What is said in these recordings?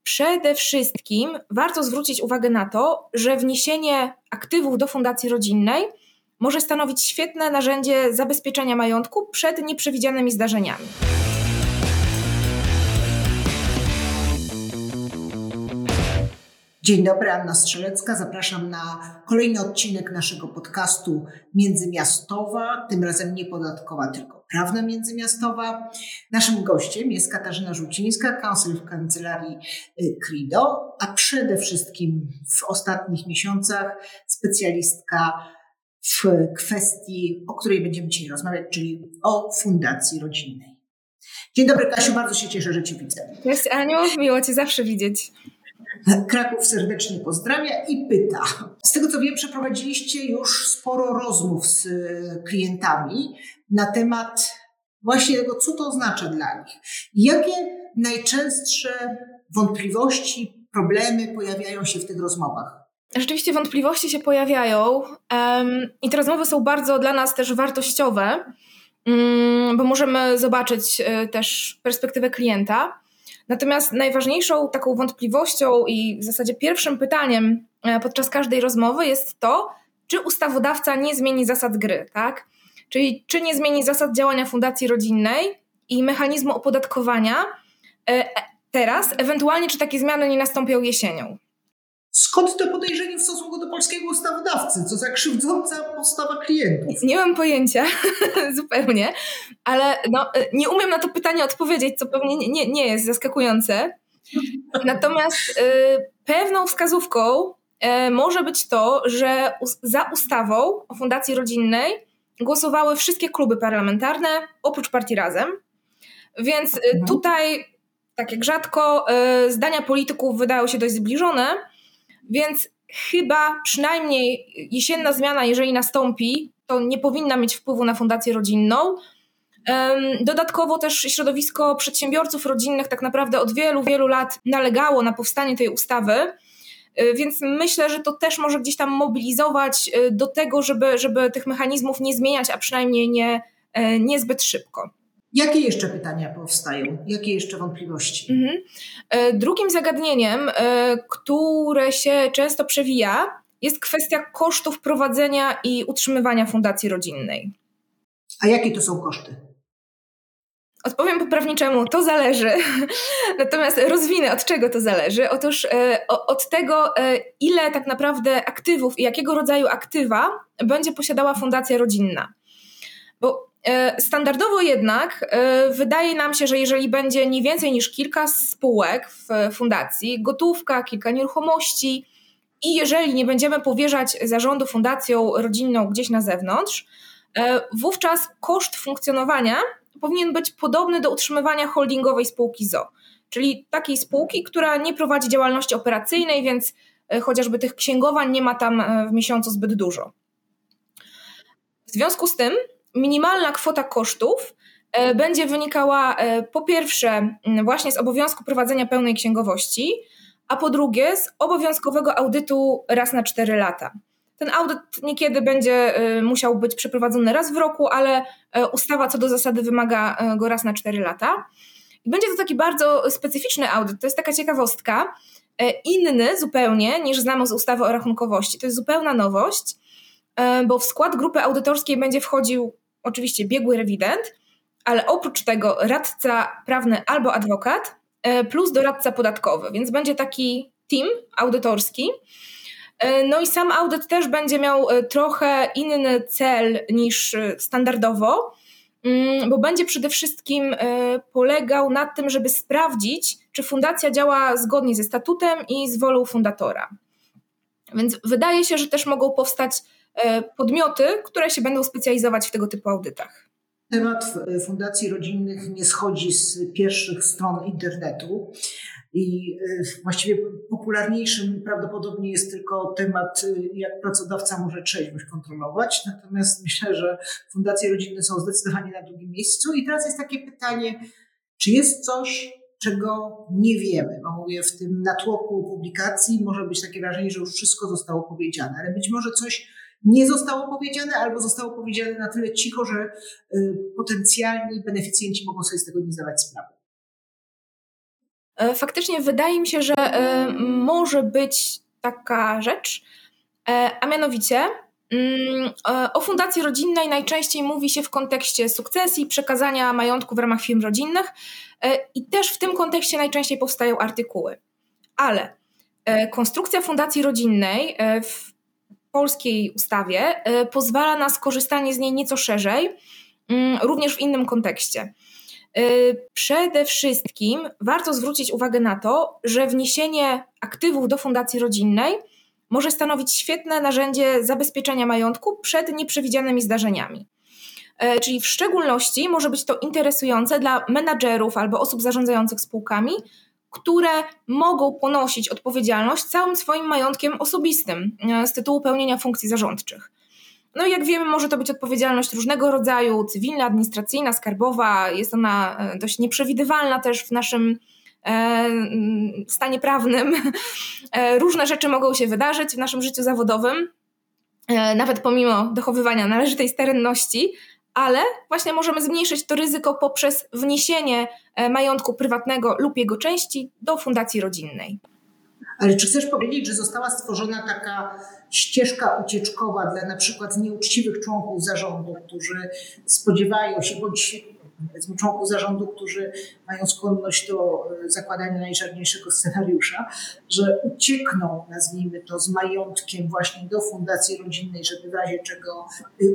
Przede wszystkim warto zwrócić uwagę na to, że wniesienie aktywów do fundacji rodzinnej może stanowić świetne narzędzie zabezpieczenia majątku przed nieprzewidzianymi zdarzeniami. Dzień dobry, Anna Strzelecka. Zapraszam na kolejny odcinek naszego podcastu Międzymiastowa, tym razem nie podatkowa, tylko prawna międzymiastowa. Naszym gościem jest Katarzyna Żółcińska, counsel w kancelarii Crido, a przede wszystkim w ostatnich miesiącach specjalistka w kwestii, o której będziemy dzisiaj rozmawiać, czyli o fundacji rodzinnej. Dzień dobry, Kasiu, bardzo się cieszę, że Cię widzę. Cześć, Aniu, miło Cię zawsze widzieć. Kraków serdecznie pozdrawia i pyta. Z tego co wiem, przeprowadziliście już sporo rozmów z klientami na temat właśnie tego, co to oznacza dla nich. Jakie najczęstsze wątpliwości, problemy pojawiają się w tych rozmowach? Rzeczywiście wątpliwości się pojawiają i te rozmowy są bardzo dla nas też wartościowe, bo możemy zobaczyć też perspektywę klienta. Natomiast najważniejszą taką wątpliwością i w zasadzie pierwszym pytaniem podczas każdej rozmowy jest to, czy ustawodawca nie zmieni zasad gry, tak? Czyli czy nie zmieni zasad działania fundacji rodzinnej i mechanizmu opodatkowania teraz, ewentualnie czy takie zmiany nie nastąpią jesienią. Skąd to podejrzenie w stosunku do polskiego ustawodawcy? Co za krzywdząca postawa klientów? Nie mam pojęcia, zupełnie, ale nie umiem na to pytanie odpowiedzieć, co pewnie nie jest zaskakujące. Natomiast pewną wskazówką może być to, że za ustawą o fundacji rodzinnej głosowały wszystkie kluby parlamentarne, oprócz partii Razem. Więc tutaj, tak jak rzadko, zdania polityków wydają się dość zbliżone, więc chyba przynajmniej jesienna zmiana, jeżeli nastąpi, to nie powinna mieć wpływu na fundację rodzinną. Dodatkowo też środowisko przedsiębiorców rodzinnych tak naprawdę od wielu, wielu lat nalegało na powstanie tej ustawy, więc myślę, że to też może gdzieś tam mobilizować do tego, żeby tych mechanizmów nie zmieniać, a przynajmniej nie zbyt szybko. Jakie jeszcze pytania powstają? Jakie jeszcze wątpliwości? Drugim zagadnieniem, które się często przewija, jest kwestia kosztów prowadzenia i utrzymywania fundacji rodzinnej. A jakie to są koszty? Odpowiem po prawniczemu, to zależy. Natomiast rozwinę, od czego to zależy. Otóż od tego, ile tak naprawdę aktywów i jakiego rodzaju aktywa będzie posiadała fundacja rodzinna. Bo standardowo jednak wydaje nam się, że jeżeli będzie nie więcej niż kilka spółek w fundacji, gotówka, kilka nieruchomości i jeżeli nie będziemy powierzać zarządu fundacją rodzinną gdzieś na zewnątrz, wówczas koszt funkcjonowania powinien być podobny do utrzymywania holdingowej spółki z o.o., czyli takiej spółki, która nie prowadzi działalności operacyjnej, więc chociażby tych księgowań nie ma tam w miesiącu zbyt dużo. W związku z tym minimalna kwota kosztów będzie wynikała po pierwsze właśnie z obowiązku prowadzenia pełnej księgowości, a po drugie z obowiązkowego audytu raz na 4 lata. Ten audyt niekiedy będzie musiał być przeprowadzony raz w roku, ale ustawa co do zasady wymaga go raz na 4 lata. I będzie to taki bardzo specyficzny audyt, to jest taka ciekawostka, inny zupełnie niż znamy z ustawy o rachunkowości. To jest zupełna nowość, bo w skład grupy audytorskiej będzie wchodził oczywiście biegły rewident, ale oprócz tego radca prawny albo adwokat plus doradca podatkowy, więc będzie taki team audytorski. No i sam audyt też będzie miał trochę inny cel niż standardowo, bo będzie przede wszystkim polegał na tym, żeby sprawdzić, czy fundacja działa zgodnie ze statutem i z wolą fundatora. Więc wydaje się, że też mogą powstać podmioty, które się będą specjalizować w tego typu audytach. Temat fundacji rodzinnych nie schodzi z pierwszych stron internetu i właściwie popularniejszym prawdopodobnie jest tylko temat, jak pracodawca może trzeźwość kontrolować. Natomiast myślę, że fundacje rodzinne są zdecydowanie na drugim miejscu. I teraz jest takie pytanie, czy jest coś, czego nie wiemy? Bo mówię, w tym natłoku publikacji może być takie wrażenie, że już wszystko zostało powiedziane, ale być może coś nie zostało powiedziane albo zostało powiedziane na tyle cicho, że potencjalni beneficjenci mogą sobie z tego nie zdawać sprawy. Faktycznie wydaje mi się, że może być taka rzecz, a mianowicie o fundacji rodzinnej najczęściej mówi się w kontekście sukcesji, przekazania majątku w ramach firm rodzinnych i też w tym kontekście najczęściej powstają artykuły. Ale konstrukcja fundacji rodzinnej w polskiej ustawie pozwala na skorzystanie z niej nieco szerzej, również w innym kontekście. Przede wszystkim warto zwrócić uwagę na to, że wniesienie aktywów do fundacji rodzinnej może stanowić świetne narzędzie zabezpieczenia majątku przed nieprzewidzianymi zdarzeniami. Czyli w szczególności może być to interesujące dla menadżerów albo osób zarządzających spółkami, które mogą ponosić odpowiedzialność całym swoim majątkiem osobistym z tytułu pełnienia funkcji zarządczych. No i jak wiemy, może to być odpowiedzialność różnego rodzaju, cywilna, administracyjna, skarbowa. Jest ona dość nieprzewidywalna też w naszym stanie prawnym. Różne rzeczy mogą się wydarzyć w naszym życiu zawodowym, nawet pomimo dochowywania należytej sterylności, ale właśnie możemy zmniejszyć to ryzyko poprzez wniesienie majątku prywatnego lub jego części do fundacji rodzinnej. Ale czy chcesz powiedzieć, że została stworzona taka ścieżka ucieczkowa dla na przykład nieuczciwych członków zarządu, którzy spodziewają się, bądź powiedzmy członków zarządu, którzy mają skłonność do zakładania najczarniejszego scenariusza, że uciekną, nazwijmy to, z majątkiem właśnie do fundacji rodzinnej, żeby w razie czego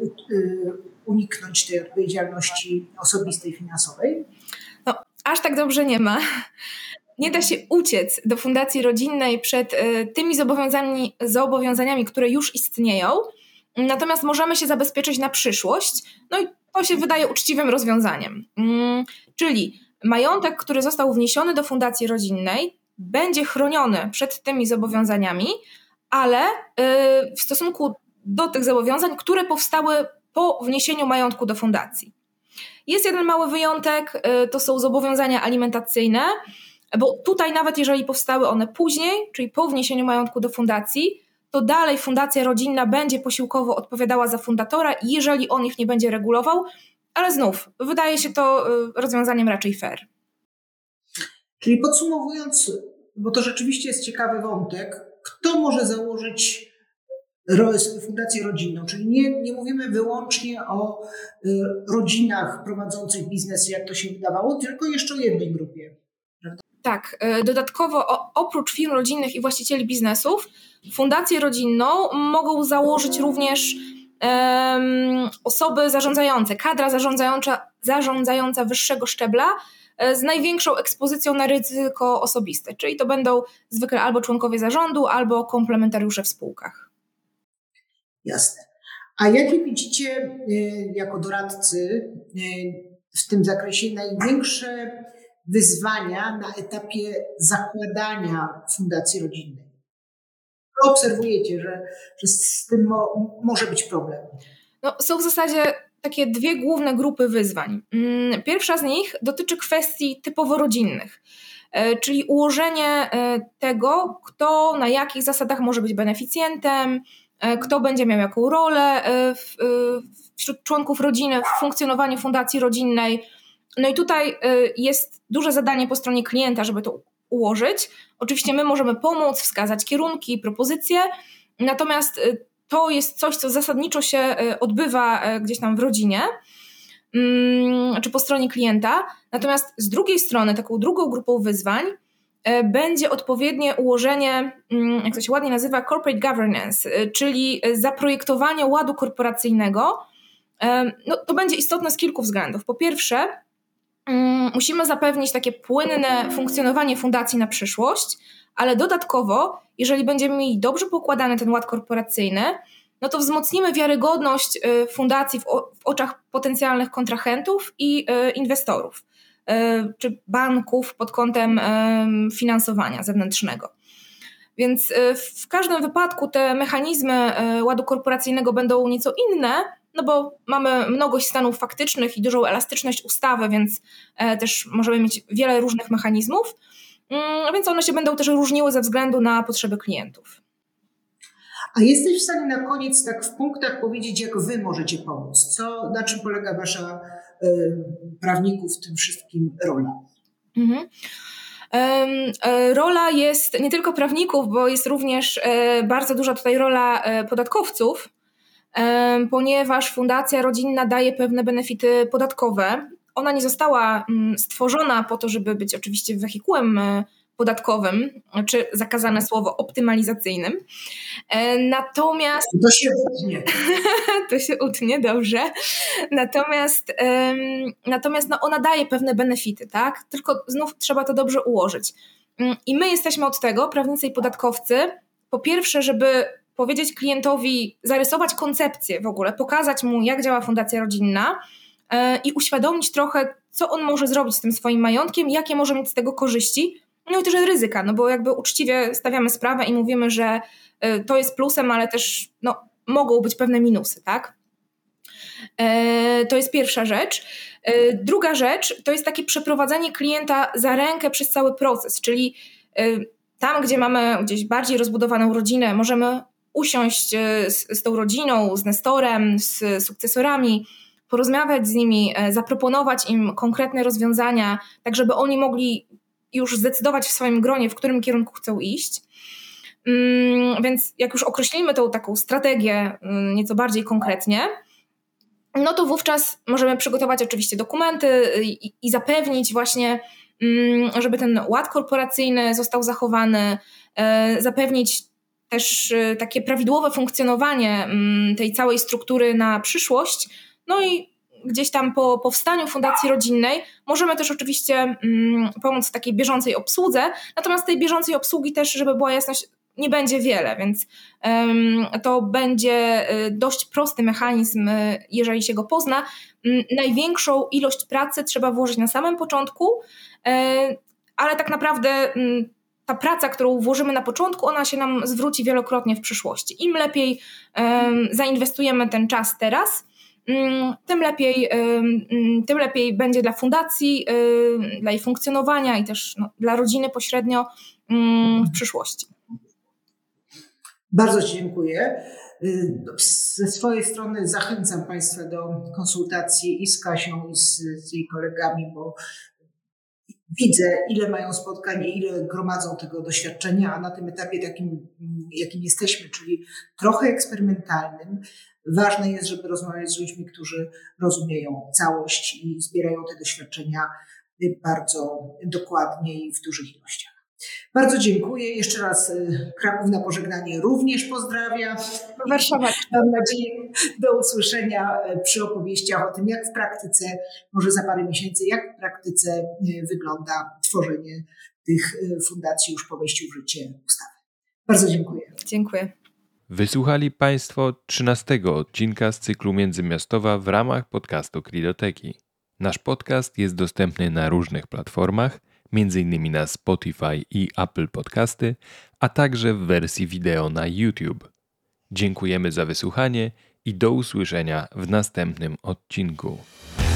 uniknąć tej odpowiedzialności osobistej, finansowej? No, aż tak dobrze nie ma. Nie da się uciec do fundacji rodzinnej przed tymi zobowiązaniami, które już istnieją, natomiast możemy się zabezpieczyć na przyszłość, no i to się wydaje uczciwym rozwiązaniem. Czyli majątek, który został wniesiony do fundacji rodzinnej, będzie chroniony przed tymi zobowiązaniami, ale w stosunku do tych zobowiązań, które powstały po wniesieniu majątku do fundacji. Jest jeden mały wyjątek, to są zobowiązania alimentacyjne, bo tutaj nawet jeżeli powstały one później, czyli po wniesieniu majątku do fundacji, to dalej fundacja rodzinna będzie posiłkowo odpowiadała za fundatora, jeżeli on ich nie będzie regulował, ale znów wydaje się to rozwiązaniem raczej fair. Czyli podsumowując, bo to rzeczywiście jest ciekawy wątek, kto może założyć fundację rodzinną, czyli nie mówimy wyłącznie o rodzinach prowadzących biznes, jak to się wydawało, tylko jeszcze o jednej grupie. Tak, dodatkowo oprócz firm rodzinnych i właścicieli biznesów, fundację rodzinną mogą założyć również osoby zarządzające, kadra zarządzająca wyższego szczebla z największą ekspozycją na ryzyko osobiste, czyli to będą zwykle albo członkowie zarządu, albo komplementariusze w spółkach. Jasne. A jakie widzicie jako doradcy w tym zakresie największe wyzwania na etapie zakładania fundacji rodzinnej? Co obserwujecie, że z tym może być problem? No, są w zasadzie takie dwie główne grupy wyzwań. Pierwsza z nich dotyczy kwestii typowo rodzinnych, czyli ułożenie tego, kto na jakich zasadach może być beneficjentem, kto będzie miał jaką rolę wśród członków rodziny w funkcjonowaniu fundacji rodzinnej. No i tutaj jest duże zadanie po stronie klienta, żeby to ułożyć. Oczywiście my możemy pomóc, wskazać kierunki, propozycje, natomiast to jest coś, co zasadniczo się odbywa gdzieś tam w rodzinie, czy po stronie klienta. Natomiast z drugiej strony, taką drugą grupą wyzwań będzie odpowiednie ułożenie, jak to się ładnie nazywa, corporate governance, czyli zaprojektowanie ładu korporacyjnego. No, to będzie istotne z kilku względów. Po pierwsze, musimy zapewnić takie płynne funkcjonowanie fundacji na przyszłość, ale dodatkowo, jeżeli będziemy mieli dobrze poukładany ten ład korporacyjny, no to wzmocnimy wiarygodność fundacji w oczach potencjalnych kontrahentów i inwestorów, czy banków pod kątem finansowania zewnętrznego. Więc w każdym wypadku te mechanizmy ładu korporacyjnego będą nieco inne, no bo mamy mnogość stanów faktycznych i dużą elastyczność ustawy, więc też możemy mieć wiele różnych mechanizmów, więc one się będą też różniły ze względu na potrzeby klientów. A jesteś w stanie na koniec tak w punktach powiedzieć, jak wy możecie pomóc? Na czym polega wasza prawników w tym wszystkim rola? Rola jest nie tylko prawników, bo jest również bardzo duża tutaj rola podatkowców, ponieważ Fundacja Rodzinna daje pewne benefity podatkowe. Ona nie została stworzona po to, żeby być oczywiście wehikułem podatkowym, czy zakazane słowo optymalizacyjnym. Natomiast... To się utnie. To się utnie, dobrze. Natomiast ona daje pewne benefity, tak? Tylko znów trzeba to dobrze ułożyć. I my jesteśmy od tego, prawnicy i podatkowcy, po pierwsze, żeby powiedzieć klientowi, zarysować koncepcję w ogóle, pokazać mu, jak działa Fundacja Rodzinna i uświadomić trochę, co on może zrobić z tym swoim majątkiem, jakie może mieć z tego korzyści, no i też ryzyka, no bo jakby uczciwie stawiamy sprawę i mówimy, że to jest plusem, ale też mogą być pewne minusy, tak? To jest pierwsza rzecz. Druga rzecz to jest takie przeprowadzenie klienta za rękę przez cały proces, czyli tam, gdzie mamy gdzieś bardziej rozbudowaną rodzinę, możemy usiąść z tą rodziną, z nestorem, z sukcesorami, porozmawiać z nimi, zaproponować im konkretne rozwiązania, tak żeby oni mogli już zdecydować w swoim gronie, w którym kierunku chcą iść. Więc jak już określimy tą taką strategię nieco bardziej konkretnie, no to wówczas możemy przygotować oczywiście dokumenty i zapewnić właśnie, żeby ten ład korporacyjny został zachowany, zapewnić też takie prawidłowe funkcjonowanie tej całej struktury na przyszłość. No i gdzieś tam po powstaniu Fundacji Rodzinnej możemy też oczywiście pomóc w takiej bieżącej obsłudze, natomiast tej bieżącej obsługi też, żeby była jasność, nie będzie wiele, więc to będzie dość prosty mechanizm, jeżeli się go pozna. Największą ilość pracy trzeba włożyć na samym początku, ale tak naprawdę ta praca, którą włożymy na początku, ona się nam zwróci wielokrotnie w przyszłości. Im lepiej zainwestujemy ten czas teraz, tym lepiej będzie dla fundacji, dla jej funkcjonowania i też dla rodziny pośrednio w przyszłości. Bardzo Ci dziękuję. Ze swojej strony zachęcam Państwa do konsultacji i z Kasią, i z jej kolegami, bo widzę, ile mają spotkań, ile gromadzą tego doświadczenia, a na tym etapie takim, jakim jesteśmy, czyli trochę eksperymentalnym, ważne jest, żeby rozmawiać z ludźmi, którzy rozumieją całość i zbierają te doświadczenia bardzo dokładnie i w dużych ilościach. Bardzo dziękuję. Jeszcze raz Kraków na pożegnanie również pozdrawia. Warszawa. Mam nadzieję do usłyszenia przy opowieściach o tym, jak w praktyce, może za parę miesięcy, jak w praktyce wygląda tworzenie tych fundacji już po wejściu w życie ustawy. Bardzo dziękuję. Dziękuję. Wysłuchali Państwo 13 odcinka z cyklu Międzymiastowa w ramach podcastu Cridoteki. Nasz podcast jest dostępny na różnych platformach, m.in. na Spotify i Apple Podcasty, a także w wersji wideo na YouTube. Dziękujemy za wysłuchanie i do usłyszenia w następnym odcinku.